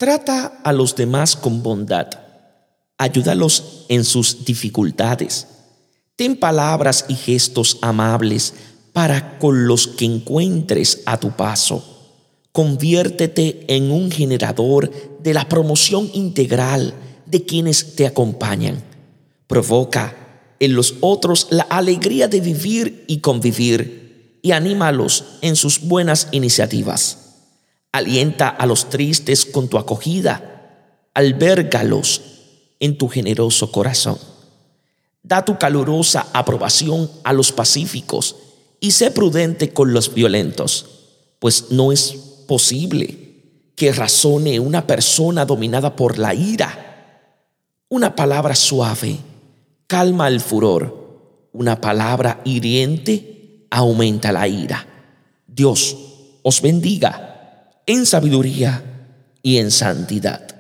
Trata a los demás con bondad. Ayúdalos en sus dificultades. Ten palabras y gestos amables para con los que encuentres a tu paso. Conviértete en un generador de la promoción integral de quienes te acompañan. Provoca en los otros la alegría de vivir y convivir y anímalos en sus buenas iniciativas. Alienta a los tristes con tu acogida. Albérgalos en tu generoso corazón. Da tu calurosa aprobación a los pacíficos y sé prudente con los violentos, pues no es posible que razone una persona dominada por la ira. Una palabra suave calma el furor. Una palabra hiriente aumenta la ira. Dios os bendiga en sabiduría y en santidad.